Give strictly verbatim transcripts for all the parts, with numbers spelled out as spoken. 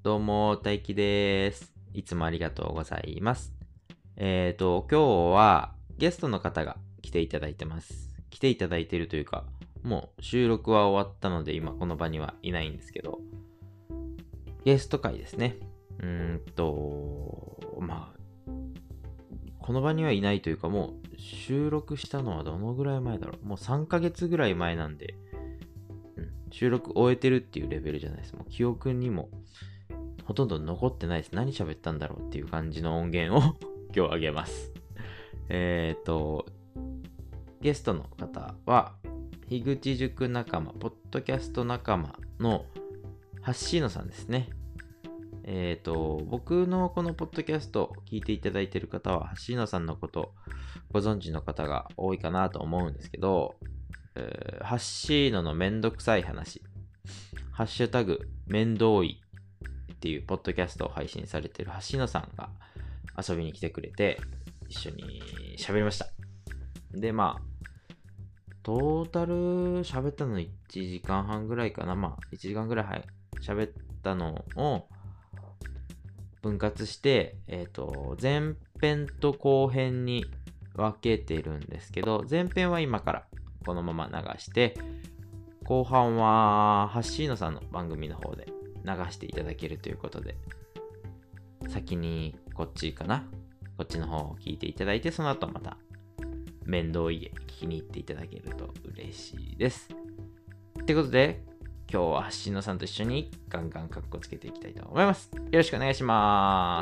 どうも、大輝です。いつもありがとうございます。えっと、今日はゲストの方が来ていただいてます。来ていただいているというか、もう収録は終わったので今この場にはいないんですけど、ゲスト会ですね。うーんと、まあ、この場にはいないというか、もう収録したのはどのぐらい前だろう。もうさんかげつぐらい前なんで、うん、収録終えてるっていうレベルじゃないです。もう記憶にもほとんど残ってないです。何喋ったんだろうっていう感じの音源を今日あげます。えっと、ゲストの方は、樋口塾仲間、ポッドキャスト仲間のハッシーノさんですね。えっと、僕のこのポッドキャストを聞いていただいている方は、ハッシーノさんのことご存知の方が多いかなと思うんですけど、えーハッシーノのめんどくさい話、ハッシュタグ、めんどいっていうポッドキャストを配信されている橋野さんが遊びに来てくれて一緒に喋りました。で、まあトータル喋ったのいちじかんはんぐらいかな。まあいちじかんぐらいはい喋ったのを分割して、えっと前編と後編に分けてるんですけど、前編は今からこのまま流して、後半は橋野さんの番組の方で流していただけるということで、先にこっちかなこっちの方を聞いていただいて、その後また面倒家聞きに行っていただけると嬉しいです。ってことで、今日は橋野さんと一緒にガンガンカッコつけていきたいと思います。よろしくお願いします。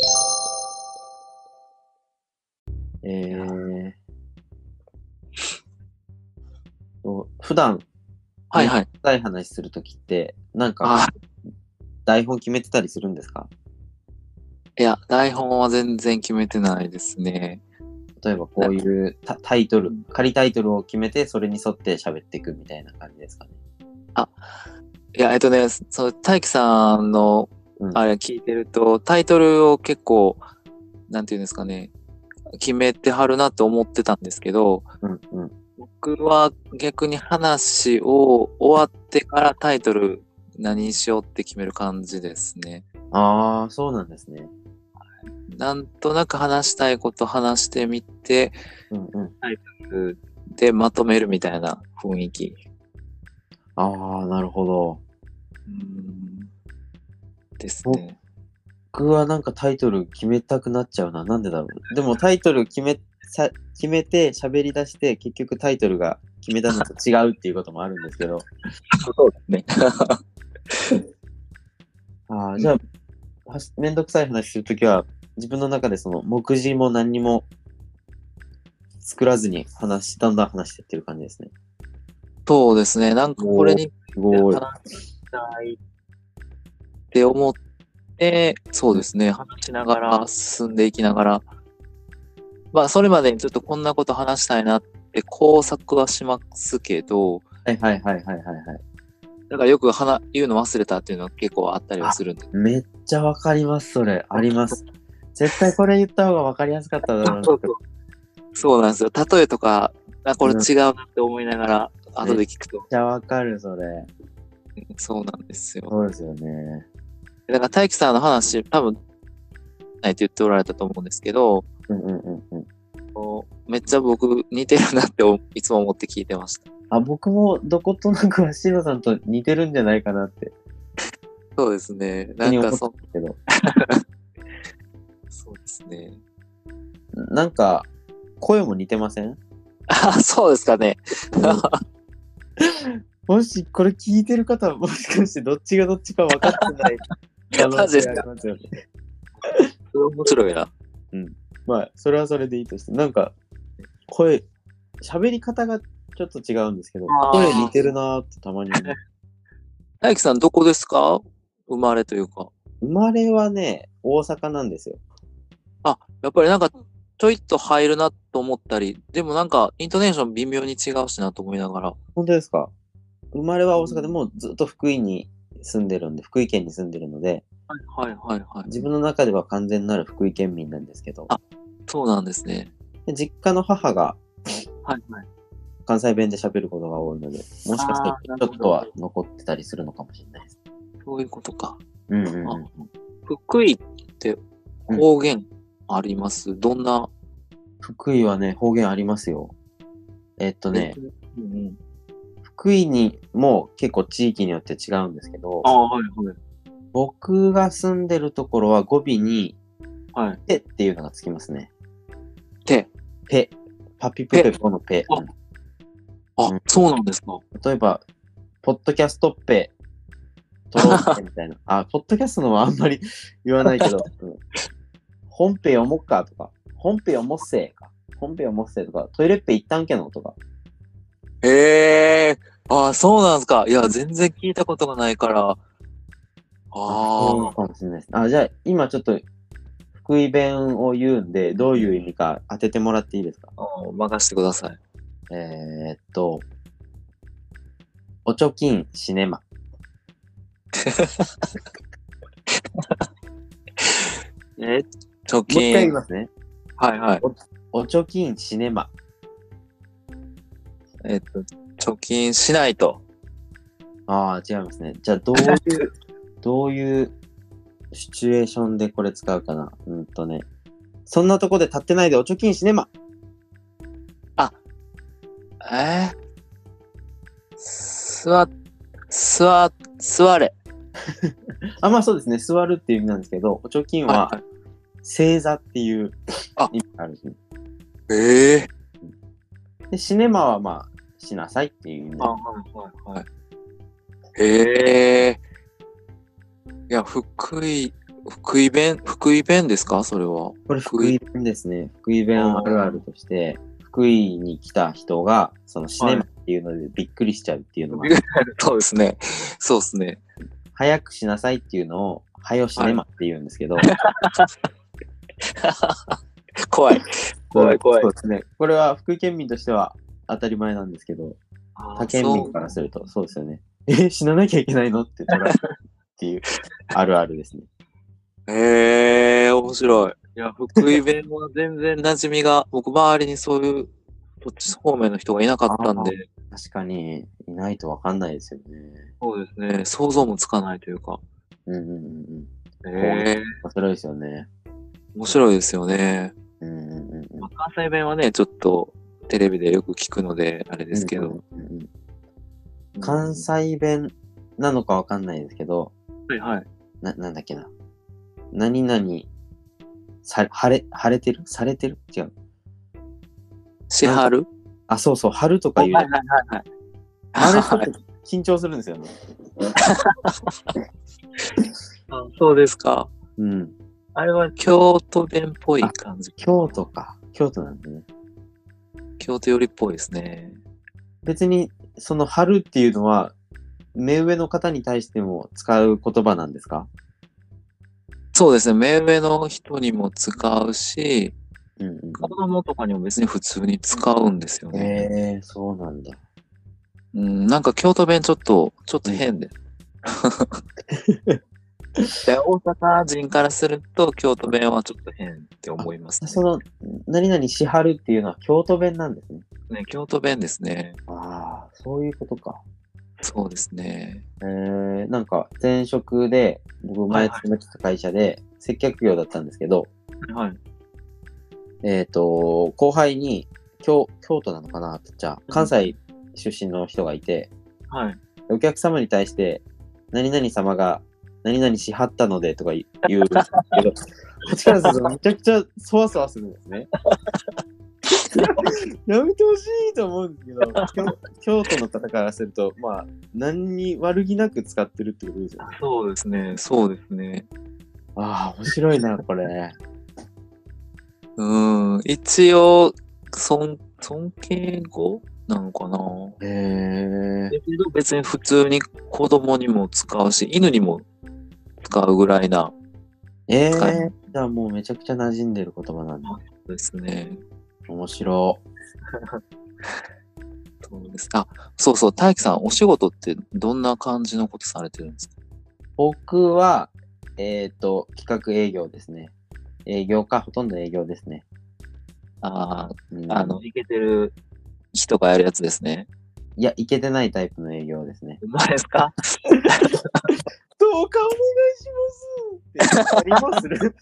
えー、と普段、 はいはい。 たい話するときって、なんかあ、 台本決めてたりするんですか？ いや、台本は全然決めてないですね。 例えばこういうタタイトル、仮タイトルを決めて、それに沿って喋っていくみたいな感じですかね。 いや、えっとね、そう、大輝さんの、 うんあれ聞いてると、タイトルを結構、なんていうんですかね、決めてはるなと思ってたんですけど、 うんうん。 僕は逆に話を終わってからタイトル何にしようって決める感じですね。 ああ、そうなんですね。 なんとなく話したいこと話してみて、 うんうん。 タイトルでまとめるみたいな雰囲気。 ああ、なるほど。 うーんですね。 僕はなんかタイトル決めたくなっちゃうな。なんでだろう。でもタイトル決めさ決めて喋り出して、結局タイトルが決めたのと違うっていうこともあるんですけど。 そうですね。 ああ、じゃあ、はしめんどくさい話するときは、自分の中でその目次も何にも作らずに話し、だんだん話してってる感じですね。 そうですね。なんかこれにすごい。 話したいって思って、そうですね。話しながら進んでいきながら、まあそれまでにちょっとこんなこと話したいなって工作はしますけど、 はいはいはいはいはいはい。 だからよく話言うの忘れたっていうのは結構あったりはするんで。 めっちゃわかります、それ。あります。絶対これ言った方がわかりやすかっただろうな。 そうそうそうなんですよ。例えとか、あこれ違うなって思いながら、後で聞くと、 めっちゃわかる、それ。 そうなんですよ。 そうですよね。 だから大輝さんの話、多分、ないって言っておられたと思うんですけど、 うんうんうんうん。 こうめっちゃ僕似てるなっておいつも思って聞いてました。 あ、僕もどことなくはシロさんと似てるんじゃないかなって。 そうですね。なに思っんかそ、 たけど。 そうですね。 なんか、声も似てません？ あ、そうですかね。 もしこれ聞いてる方はもしかしてどっちがどっちか分かってない可能性ありますよね。 それ面白いな。 まあ、それはそれでいいとして、なんか、声、喋り方がちょっと違うんですけど、 あー声似てるなーってたまに思う。 大輝さんどこですか？生まれというか。 生まれはね、大阪なんですよ。 あ、やっぱりなんかちょいっと入るなと思ったり、でもなんかイントネーション微妙に違うしなと思いながら。 本当ですか？生まれは大阪でもうずっと福井に住んでるんで、福井県に住んでるので、 はいはいはいはい。 自分の中では完全なる福井県民なんですけど、 あそうなんですね。 で実家の母がはいはい。 関西弁で喋ることが多いので、もしかしたらちょっとは残ってたりするのかもしれないです。 そういうことか。 うんうんうん。 あ福井って方言あります、どんな福井はね、方言ありますよ。えっとね、 うんうん、 福井にも結構地域によって違うんですけど、 ああ、はいはい。 僕が住んでるところは語尾に、 はい。 ペっていうのがつきますね。 手。 ペ。パピプペポのペ。 あうんあ、 うんそうなんですか。 例えば、ポッドキャストっぺ、トロッペみたいな。あ、ポッドキャストのはあんまり言わないけど、うん本編読もっかとか、本編読もっせーか、本編読もっせーとか、トイレっぺ行ったんけのとか。 へえ、ああ、そうなんですか。いや、全然聞いたことがないから。あそうあ、 かもしれないです。あ、じゃあ、今ちょっと、福井弁を言うんで、どういう意味か当ててもらっていいですか？ あー任せてください。 えー、っと、おちょきんシネマ。 え、貯もう一回言い金。 ますね。 はいはい。 おちょきんシネマ。 えっと、貯金しないと。 ああ、違いますね。じゃあ、どういう、どういうシチュエーションでこれ使うかな。うんとね。そんなとこで立ってないでおちょきんシネマ。 えー、座、座、座れ。 あ、まあそうですね。座るっていう意味なんですけど、おちょきんははい正座っていうあ意味があるんですね。 ええで、シネマはまあ、しなさいっていう意味あ、 なんはいはいはい。へえ。いや、福井、福井弁、福井弁ですかそれは。 これ福井弁ですね。福井弁あるあるとして、福井に来た人が、そのシネマっていうのでびっくりしちゃうっていうのが、 そうですね。そうですね。 早くしなさいっていうのを、はよシネマって言うんですけど、 怖い。怖い怖いそうですね。これは福井県民としては当たり前なんですけど、他県民からするとそうですよね。え、死ななきゃいけないのって捉えるっていうあるあるですね。 へえ、面白い。いや、福井弁は全然馴染みが、僕周りにそういう、そっち方面の人がいなかったんで、 確かにいないとわかんないですよね。 そうですね。想像もつかないというか。 うんうんうんうん。 へえ、 面白いですよね。 面白いですよね。 うんうんうんうんまあ、関西弁はね、ちょっとテレビでよく聞くので、あれですけど。 うんうんうん関西弁なのかわかんないですけど、 はいはい。 な、なんだっけな。何々、さ、晴れ、晴れてるされてる違う。 しはるあ、そうそう、春とか言うじゃん。 はいはいはい。 あれちょっと緊張するんですよね。 あそうですか。 うん。 あれは京都弁っぽい感じ。 京都か。京都なんですね。 京都寄りっぽいですね。 別に、その春っていうのは、目上の方に対しても使う言葉なんですか？ そうですね。目上の人にも使うし、 うんうん子供とかにも別に普通に使うんですようん。 ね。 へえー、そうなんだ。 うん、なんか京都弁ちょっと、ちょっと変で。で大阪人からすると京都弁はちょっと変って思いますね。 その、何々しはるっていうのは京都弁なんですね。 ね京都弁ですね。 ああ、そういうことか。 そうですね。 えー、なんか前職で、僕前勤めてた会社で接客業だったんですけど、 はい。 えっ、と、後輩に京、京都なのかなじゃあ、関西出身の人がいて、 はい。 お客様に対して、何々様が何々しはったのでとか言うんですけど、こっちからするとめちゃくちゃそわそわするんですね。やめてほしいと思うんですけど、京京都の方からすると、まあ、何に悪気なく使ってるってことですよね。 そうですね。そうですね。 ああ、面白いな、これ。 うん。一応、尊、尊敬語なのかな。 へえ。 だけど別に普通に子供にも使うし、犬にも使うぐらいなええ使いー、じゃあもうめちゃくちゃ馴染んでる言葉なんだ。 ですね。 面白そうです。あ、そうそう、大樹さん、お仕事ってどんな感じのことされてるんですか？ 僕は、えっ、と、企画営業ですね。営業か、ほとんど営業ですね。 あうん、 あ、あの、イケてる人がやるやつですね。 いや、いけてないタイプの営業ですね。 うまいですか？ とどうかお願いしますってありまする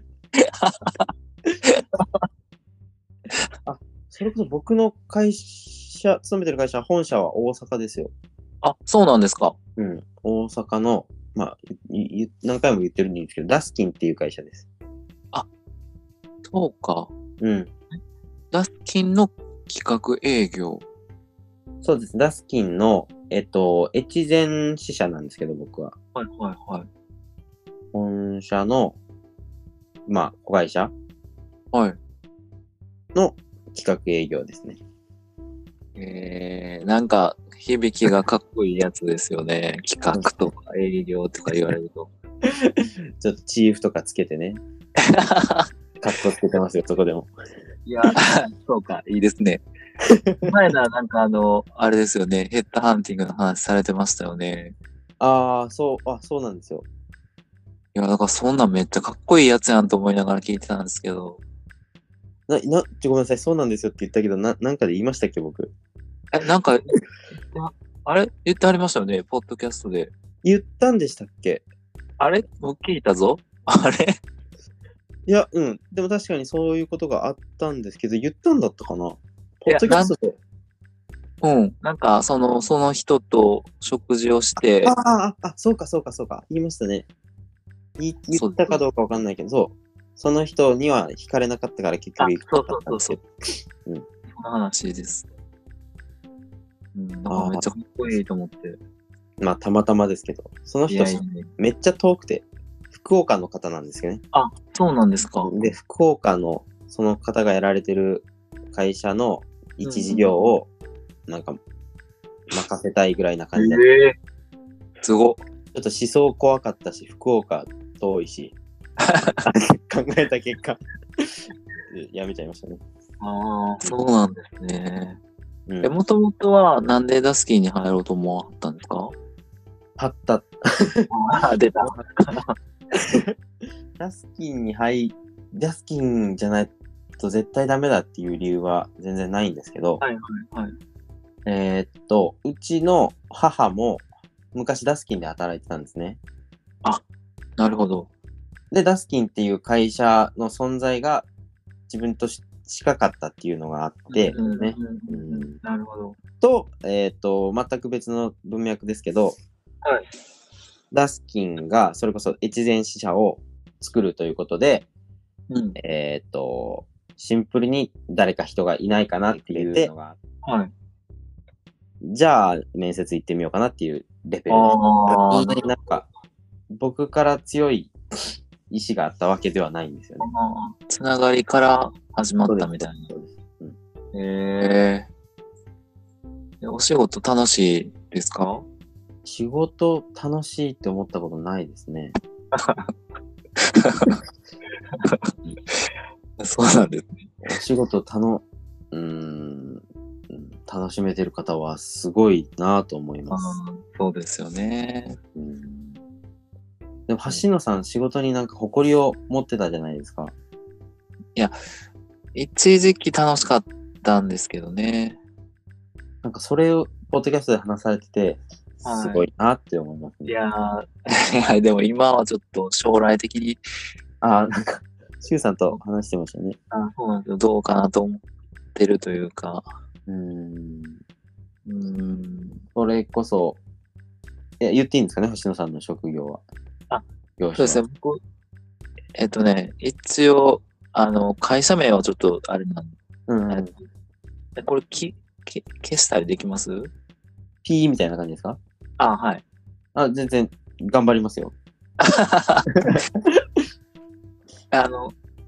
あ、それこそ僕の会社、勤めてる会社、本社は大阪ですよ。 あ、そうなんですか。 うん。大阪の、まあ、いい何回も言ってるんですけど、ダスキンっていう会社です。 そうか。 うん。 ダスキンの企画営業。 そうです。ダスキンの、えっと、越前支社なんですけど、僕は。 はいはいはい。 本社の、まあ、子会社はい。 の企画営業ですね。 えー、なんか、響きがかっこいいやつですよね。企画とか営業とか言われると。 ちょっとチーフとかつけてね。カッコつけてますよ、そこでも。 いや、そうか、いいですね。前な、なんかあの、あれですよね、ヘッドハンティングの話されてましたよね。 ああ、そう、あ、そうなんですよ。 いや、だからそんなんめっちゃかっこいいやつやんと思いながら聞いてたんですけど。 な、な、ちょ、ごめんなさい、そうなんですよって言ったけど、な、なんかで言いましたっけ、僕。 え、なんか、あれ言ってありましたよね、ポッドキャストで。 言ったんでしたっけ？ あれ僕聞いたぞ。あれいや、うん。でも確かにそういうことがあったんですけど、言ったんだったかな？ポッドキャストで。 うん。なんか、その、その人と食事をしてあ、あ、あ、あ、そうか、そうか、そうか。言いましたね。言言ったかどうかわかんないけど、そう。その人には惹かれなかったから結局行くそうかったんそうですけど。 そう。その話です。うん。だからめっちゃかっこいいと思って。 まあ、たまたまですけど、その人いやいやいやめっちゃ遠くて、福岡の方なんですよね。 あ、そうなんですか。 で、福岡のその方がやられてる会社の一事業を、なんか、任せたいぐらいな感じだった。 えー、すごっ。 ちょっと思想怖かったし、福岡遠いし、考えた結果、やめちゃいましたね。 ああ、そうなんですね。 うんえ、もともとはなんでダスキンに入ろうと思わはったんですか？ はった。 あ、出た。 ダスキンに入、ダスキンじゃないと絶対ダメだっていう理由は全然ないんですけど、 はいはいはい。 えーっと、うちの母も昔ダスキンで働いてたんですね。 なるほど。 で、ダスキンっていう会社の存在が自分とし近かったっていうのがあって、ね。 うんうんうんうんなるほど。 と、えーっと、全く別の文脈ですけど、 はい。 ダスキンがそれこそ越前支社を作るということで、 うん。 えーっと、シンプルに誰か人がいないかなっていうのが、 はい。 じゃあ面接行ってみようかなっていうレベルです。 ああ、 そんなになんか、僕から強い意志があったわけではないんですよね。 つながりから始まったみたいな。 そうです。うん、 へえ。お仕事楽しいですか？ 仕事楽しいって思ったことないですね。 そうなんですね。 お仕事たの、うーん、楽しめてる方はすごいなと思います。 そうですよね。 うんでも橋野さん、仕事になんか誇りを持ってたじゃないですか。 一時期楽しかったんですけどね。 なんかそれをポッドキャストで話されてて、 はいすごいなって思いますね。 いやー、いや、でも今はちょっと将来的に、 ああ、なんか、シュウさんと話してましたね。 あそうなんですよ。どうかなと思ってるというか。 うーん。 うーん。 それこそ、え、言っていいんですかね、橋野さんの職業は。 あ、 業種はそうですね。僕、えっとね、一応、あの、会社名はちょっとあれなんで、 うんうん。 これき、き消したりできます？ P みたいな感じですか？ あ、はい。 あ、全然、頑張りますよ。 あの、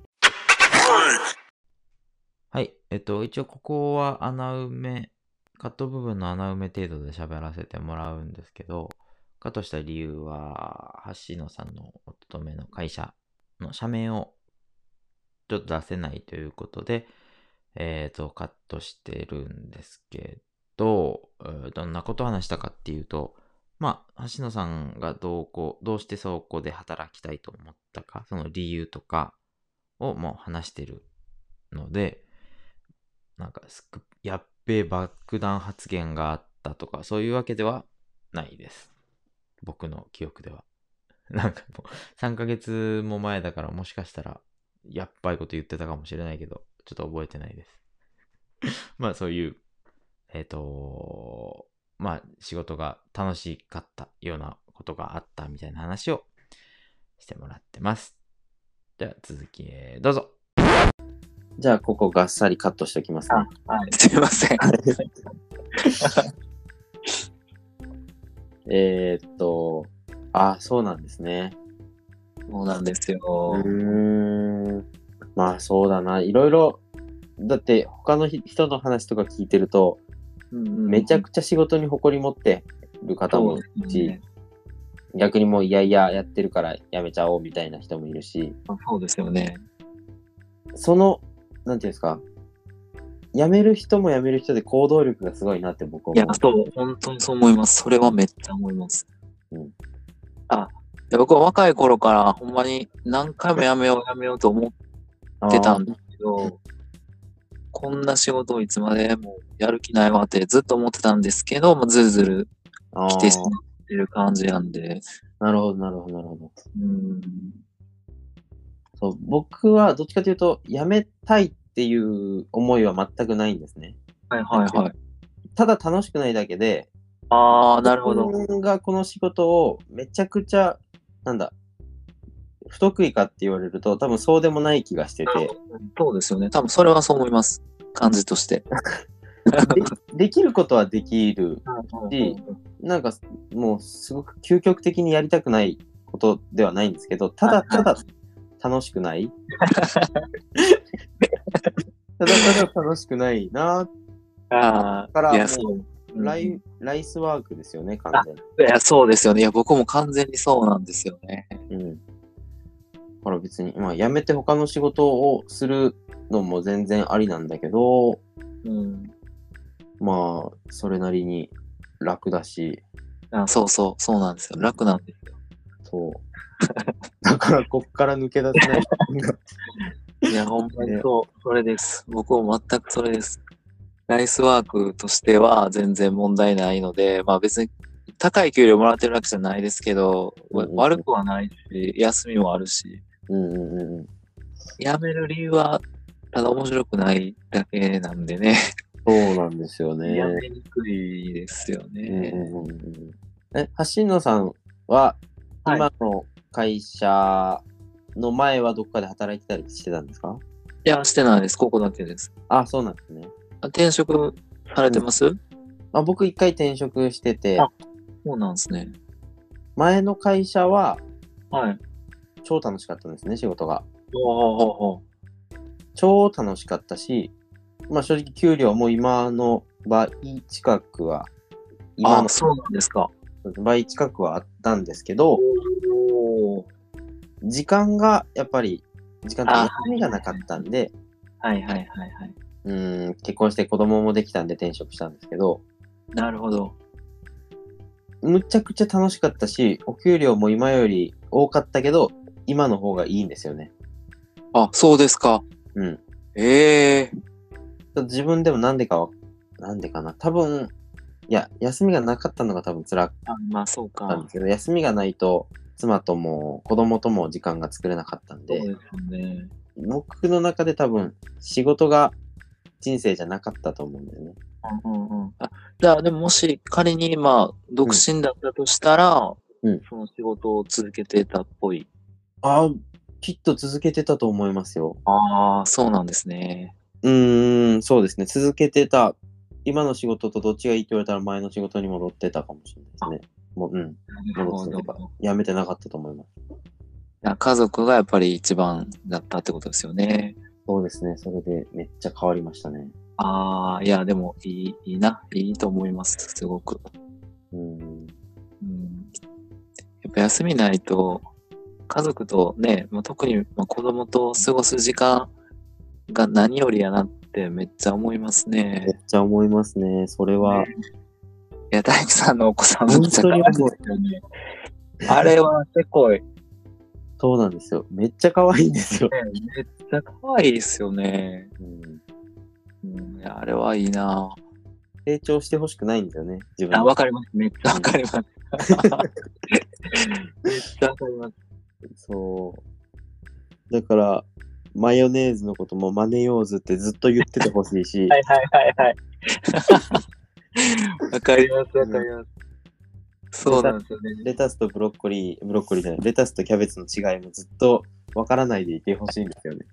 はい。えっと、一応ここは穴埋め、カット部分の穴埋め程度で喋らせてもらうんですけど、カットした理由は、橋野さんのお勤めの会社の社名をちょっと出せないということで、えっと、カットしてるんですけど、えーどんなことを話したかっていうと、まあ、橋野さんがどうこう、どうしてそこで働きたいと思ったか、その理由とかをもう話してるので、なんかスク、やっべえ爆弾発言があったとか、そういうわけではないです。僕の記憶では。 なんかもうさんかげつも前だからもしかしたらやっばいこと言ってたかもしれないけど、ちょっと覚えてないです。まあそういう、えっ、と、まあ仕事が楽しかったようなことがあったみたいな話をしてもらってます。じゃあ続きへどうぞ。 じゃあ、ここがっさりカットしておきますね。 はい、すいません。 えーっと、あ、そうなんですね。 そうなんですよ。 うーん。まあそうだな。いろいろ、だって他のひ人の話とか聞いてると、 うんうん、 めちゃくちゃ仕事に誇り持ってる方もいるし、 ね、 逆にもういやいややってるからやめちゃおうみたいな人もいるし、 そうですよね。 その、なんていうんですか、辞める人も辞める人で行動力がすごいなって僕は思う。 いや、そう、本当にそう思います。それはめっちゃ思います。 うん、 あ、で僕は若い頃からほんまに何回も辞めよう辞めようと思ってたんですけど、こんな仕事をいつまでもやる気ないわってずっと思ってたんですけど、もうずるずる来てしまってる感じなんで。 なるほど、なるほど、なるほど。 うんそう、僕はどっちかというと、辞めたいっていう思いは全くないんですね。 はいはいはい。 ただ楽しくないだけで、 ああ、なるほど。 自分がこの仕事をめちゃくちゃ、なんだ、不得意かって言われると、多分そうでもない気がしてて。 そうですよね。多分それはそう思います。感じとして。 で, できることはできるし、なんかもうすごく究極的にやりたくないことではないんですけど、ただただ楽しくないただただ楽しくないな。 ああ、 からいや、そう。 ライ、ライスワークですよね、完全に。 いや、そうですよね。いや、僕も完全にそうなんですよね。 うん。だから別に、まあ、辞めて他の仕事をするのも全然ありなんだけど、 うん。 まあ、それなりに楽だし。 あ、そうそう、そうなんですよ。楽なんですよ。 そう。だからこっから抜け出せない。 いや、ほんまにそう、それです。僕も全くそれです。ライスワークとしては全然問題ないので、まあ別に高い給料もらってるわけじゃないですけど、 うんうんうん、 悪くはないし、休みもあるし、 うんうんうん、 辞める理由はただ面白くないだけなんでね。 そうなんですよね。 辞めにくいですよね。 うんうんうん、え、橋野さんは今の会社の前はどっかで働いてたりしてたんですか？ いや、してないです。ここだけです。 あ、そうなんですね。 転職されてます？うん、 あ、僕一回転職してて、 あ、そうなんですね。 前の会社ははい。 超楽しかったんですね、仕事が。 おーおーおー超楽しかったし、まあ正直給料も今の倍近くは、今のあ、そうなんですか。 倍近くはあったんですけど、 おー時間がやっぱり、時間と休みがなかったんで、 はいはいはいはい。 うーん、結婚して子供もできたんで転職したんですけど、 なるほど。 むちゃくちゃ楽しかったし、お給料も今より多かったけど、今の方がいいんですよね。 あ、そうですか。 うん。 ええー。 自分でもなんでかは、なんでかな。多分、いや、休みがなかったのが多分辛かあ、まあそうか。 ったんですけど、休みがないと、妻とも子供とも時間が作れなかったんで、 そうですよね。 僕の中で多分、仕事が人生じゃなかったと思うんだよね。 うんうんうん。あ、じゃあ、でももし仮にまあ、独身だったとしたら、 うん、 その仕事を続けてたっぽい。 ああ、きっと続けてたと思いますよ。 ああ、そうなんですね。 うーん、そうですね。続けてた。今の仕事とどっちがいいって言われたら前の仕事に戻ってたかもしれないですね。もう、うん。 なるほど。 戻ってた。やめてなかったと思います。 いや、家族がやっぱり一番だったってことですよね。 そうですね。それでめっちゃ変わりましたね。 ああ、いや、でもいい、いいな。いいと思います。すごく。 うん。 うん。やっぱ休みないと、家族とね、まあ、特にまあ子供と過ごす時間が何よりやなってめっちゃ思いますね。 めっちゃ思いますね。それは。 ね、いや、大工さんのお子さんめっちゃ可愛いですよね。あれはせこい。 そうなんですよ。めっちゃ可愛いんですよ。 めっちゃ可愛いですよね。 うん。 うん、いや、あれはいいな。 成長してほしくないんですよね。自分あ、わかります。めっちゃわかります。 めっちゃわかります。 そう。だから、マヨネーズのこともマネヨーズってずっと言っててほしいし、 はいはいはいはい。わかりますわかります。そうなんですよね。 レタスとブロッコリー、ブロッコリーじゃない、レタスとキャベツの違いもずっとわからないでいてほしいんですよね。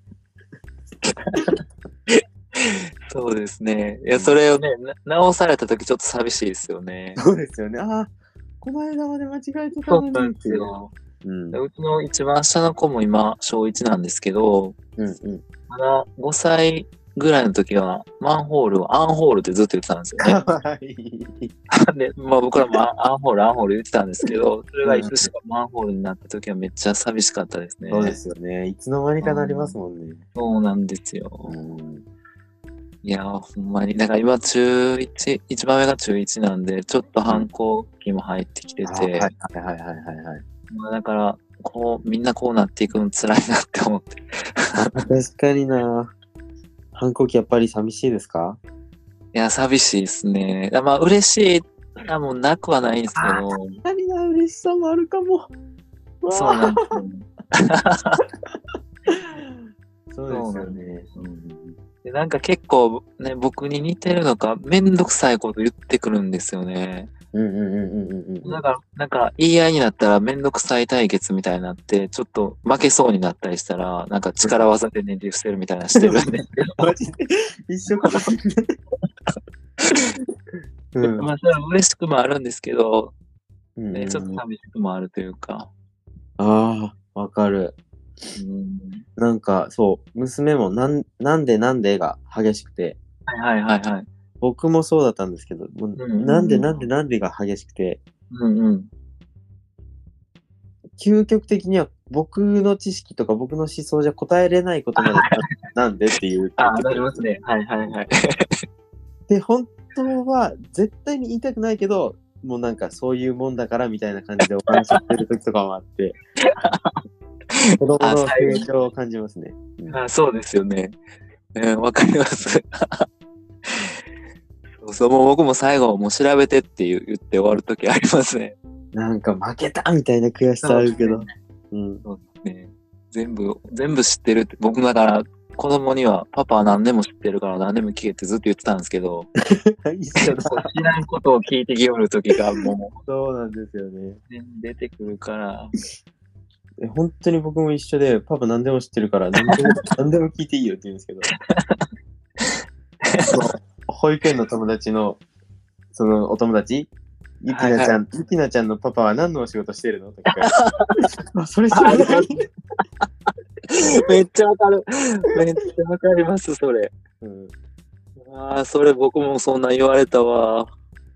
そうですね。いや、それをね、な直されたときちょっと寂しいですよね。 そうですよね。ああ、この間まで間違えてたそうのになんですっていう。 よ。 うん。 うちの一番下の子も今、小いちなんですけど、 うんうん。 まだごさいぐらいの時は、マンホールをアンホールってずっと言ってたんですよね。 かわいい。 で、まあ僕らもアンアンホール、アンホール言ってたんですけど、それがいつしかマンホールになった時はめっちゃ寂しかったですね。 そうですよね。いつの間にかなりますもんね。 そうなんですよ。 うん。 いやー、ほんまに。だから今中いち、一番上が中いちなんで、ちょっと反抗期も入ってきてて、 あはいはいはいはいはいはい。 まあだから、こう、みんなこうなっていくの辛いなって思って。 確かにな。反抗期やっぱり寂しいですか？ いや、寂しいですね。いやまあ、嬉しい。あもうなくはないんですけど、 確かにな、嬉しさもあるかも。 そうなんですよね。 そうですよね。 でなんか結構ね、僕に似てるのか、めんどくさいこと言ってくるんですよね。 うんうんうんうんうんうん。 だから、なんか言い合いになったらめんどくさい対決みたいになって、ちょっと負けそうになったりしたら、なんか力技でねじ伏せるみたいなのしてるんで。 マジで一緒かもしれない。うんまあ、それは嬉しくもあるんですけど、 うんうんね、ちょっと寂しくもあるというか。 ああ、わかる。 うんなんか、そう、娘もなん、なんでなんでが激しくて、 はいはいはいはい。 僕もそうだったんですけど、もううんうんうんなんでなんでなんでが激しくて、 うんうん。 究極的には僕の知識とか僕の思想じゃ答えれないことまでななんでっていう。 あ、なりますね。はいはいはい。 で、本当は絶対に言いたくないけど、もうなんかそういうもんだからみたいな感じでお話ししてる時とかもあって、子供の成長を感じますね。うんあそうですよね。うん、わかります。そうそう、もう僕も最後、もう調べてって言う言って終わるときありますね。 なんか負けたみたいな悔しさあるけど。うん。 そうですね。全部、全部知ってるって、僕だから、子供には、パパは何でも知ってるから何でも聞けってずっと言ってたんですけど、 一緒だ。 知らんことを聞いてきよるときがもそうなんですよね。 う、出てくるから、 え本当に僕も一緒で、パパ何でも知ってるから何でも何でも聞いていいよって言うんですけど。そう保育園の友達の、そのお友達、ゆきなちゃん、 はいはゆきなちゃんのパパは何のお仕事してるのとか聞かれて。あ、それ知らない。 めっちゃわかる。めっちゃわかります、それ。 うんああ、それ僕もそんな言われたわ。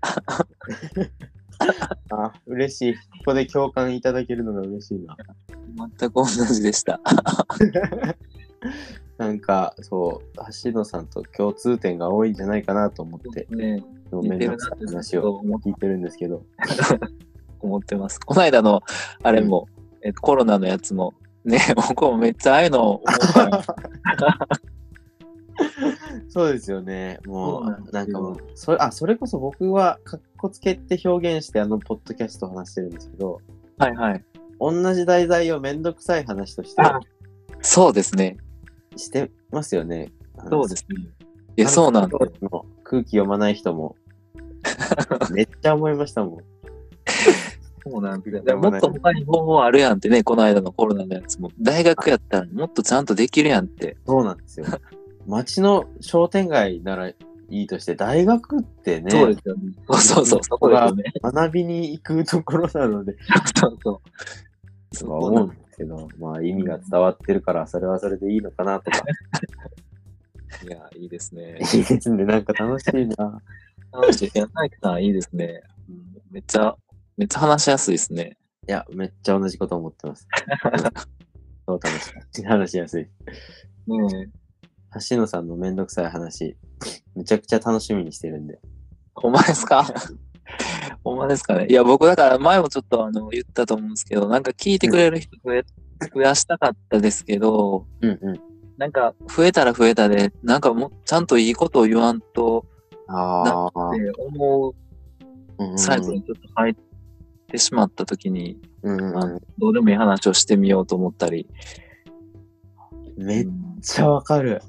あ、嬉しい。ここで共感いただけるのが嬉しいな。 全く同じでした。 なんか、そう、橋野さんと共通点が多いんじゃないかなと思って、 ね、 ごめんなさい話を聞いてるんですけど。 思ってます。この間の、あれも、えっと、コロナのやつも、ね、僕もめっちゃああいうの思うから。 そうですよね。もう、 そうなんですよなんかもう、それ、あ、それこそ僕は、かっこつけって表現して、あの、ポッドキャストを話してるんですけど、 はいはい。 同じ題材をめんどくさい話として、 あそうですね。 してますよね。 そうですね。いや、そうなんだ。 の空気読まない人も、めっちゃ思いましたもん。 そうなんですよ。でももっと他に方法あるやんってね、この間のコロナのやつも。大学やったらもっとちゃんとできるやんって。 そうなんですよ。街の商店街ならいいとして、大学ってね、 そうですよね。そうそうそう、そこですよね。 学びに行くところなので、 そうそう。 とは思うんですけど、まあ意味が伝わってるから、それはそれでいいのかなとか。 いや、いいですね。 いいですね。なんか楽しいな。 楽しい。いや、ナイキさんいいですね。うん、めっちゃ、めっちゃ話しやすいですね。 いや、めっちゃ同じこと思ってます。そう楽しい。話しやすい。 ねえ。 橋野さんのめんどくさい話、めちゃくちゃ楽しみにしてるんで。 ほんまですかほんまですかね。いや、僕だから前もちょっとあの言ったと思うんですけど、なんか聞いてくれる人増え、増やしたかったですけど、 うんうん。 なんか増えたら増えたで、なんかもうちゃんといいことを言わんと、 ああ。 って思うサイトにちょっと入っってしまった時に、 うんあのどうでもいい話をしてみようと思ったり。 めっちゃわかる。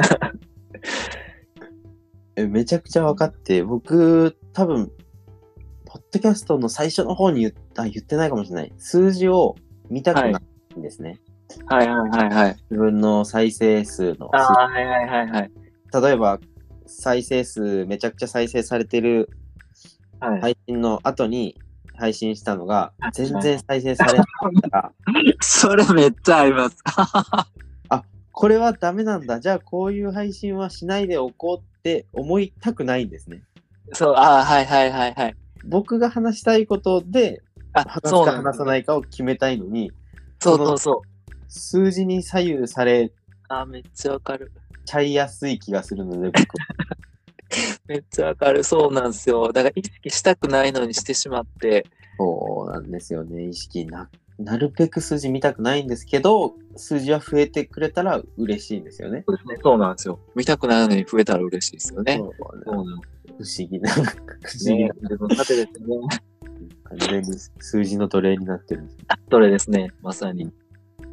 えめちゃくちゃわかって、僕、多分、ポッドキャストの最初の方に言った言ってないかもしれない。数字を見たくないんですね。 はいはいはいはい。 自分の再生数の数ああ、はいはいはいはい。 字。例えば、再生数、めちゃくちゃ再生されてるはい。 配信の後に配信したのが、 はい全然再生されなかったら、 それめっちゃあります。 これはダメなんだ。じゃあ、こういう配信はしないでおこうって思いたくないんですね。 そう、ああ、はいはいはいはい。 僕が話したいことで、 あ、 話すそうなんですか話さないかを決めたいのに、 そうそうそう。 数字に左右されあー、めっちゃわかる。 ちゃいやすい気がするので、僕めっちゃわかる。そうなんですよ。だから意識したくないのにしてしまって。 そうなんですよね。意識な、なるべく数字見たくないんですけど、数字は増えてくれたら嬉しいんですよね。 そうですね。そうなんですよ。見たくないのに増えたら嬉しいですよね。 そうそうなんで不思議な、不思すね議な。。 自分の盾ですね。 完全に数字の奴隷になってるんです。いそれですね。まさに。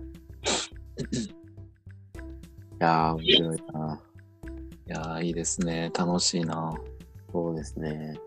やー、面白いな。 いやー、いいですね。楽しいな。 そうですね。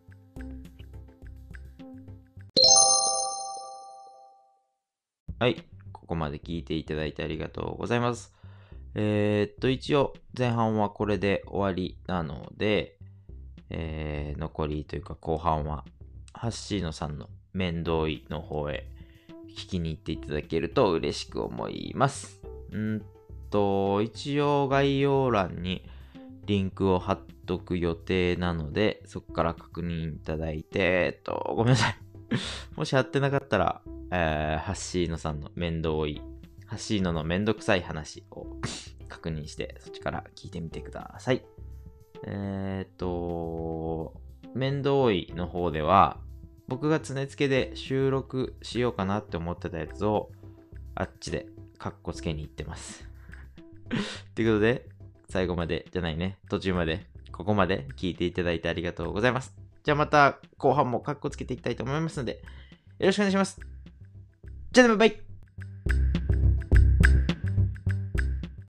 はい。ここまで聞いていただいてありがとうございます。えー、っと、一応、前半はこれで終わりなので、えー、残りというか後半は、ハッシーノさんの面倒いの方へ聞きに行っていただけると嬉しく思います。んーと、一応概要欄にリンクを貼っとく予定なので、そこから確認いただいて、えっと、ごめんなさい。もし貼ってなかったら、えー、ハッシーノさんの面倒い、ハッシーノのめんどくさい話を確認して、そっちから聞いてみてください。えーっと、面倒いの方では、僕が常付けで収録しようかなって思ってたやつを、あっちでカッコつけに行ってます。ということで、最後までじゃないね、途中まで、ここまで聞いていただいてありがとうございます。じゃあまた後半もカッコつけていきたいと思いますので、よろしくお願いします。じゃあね、バイバイ。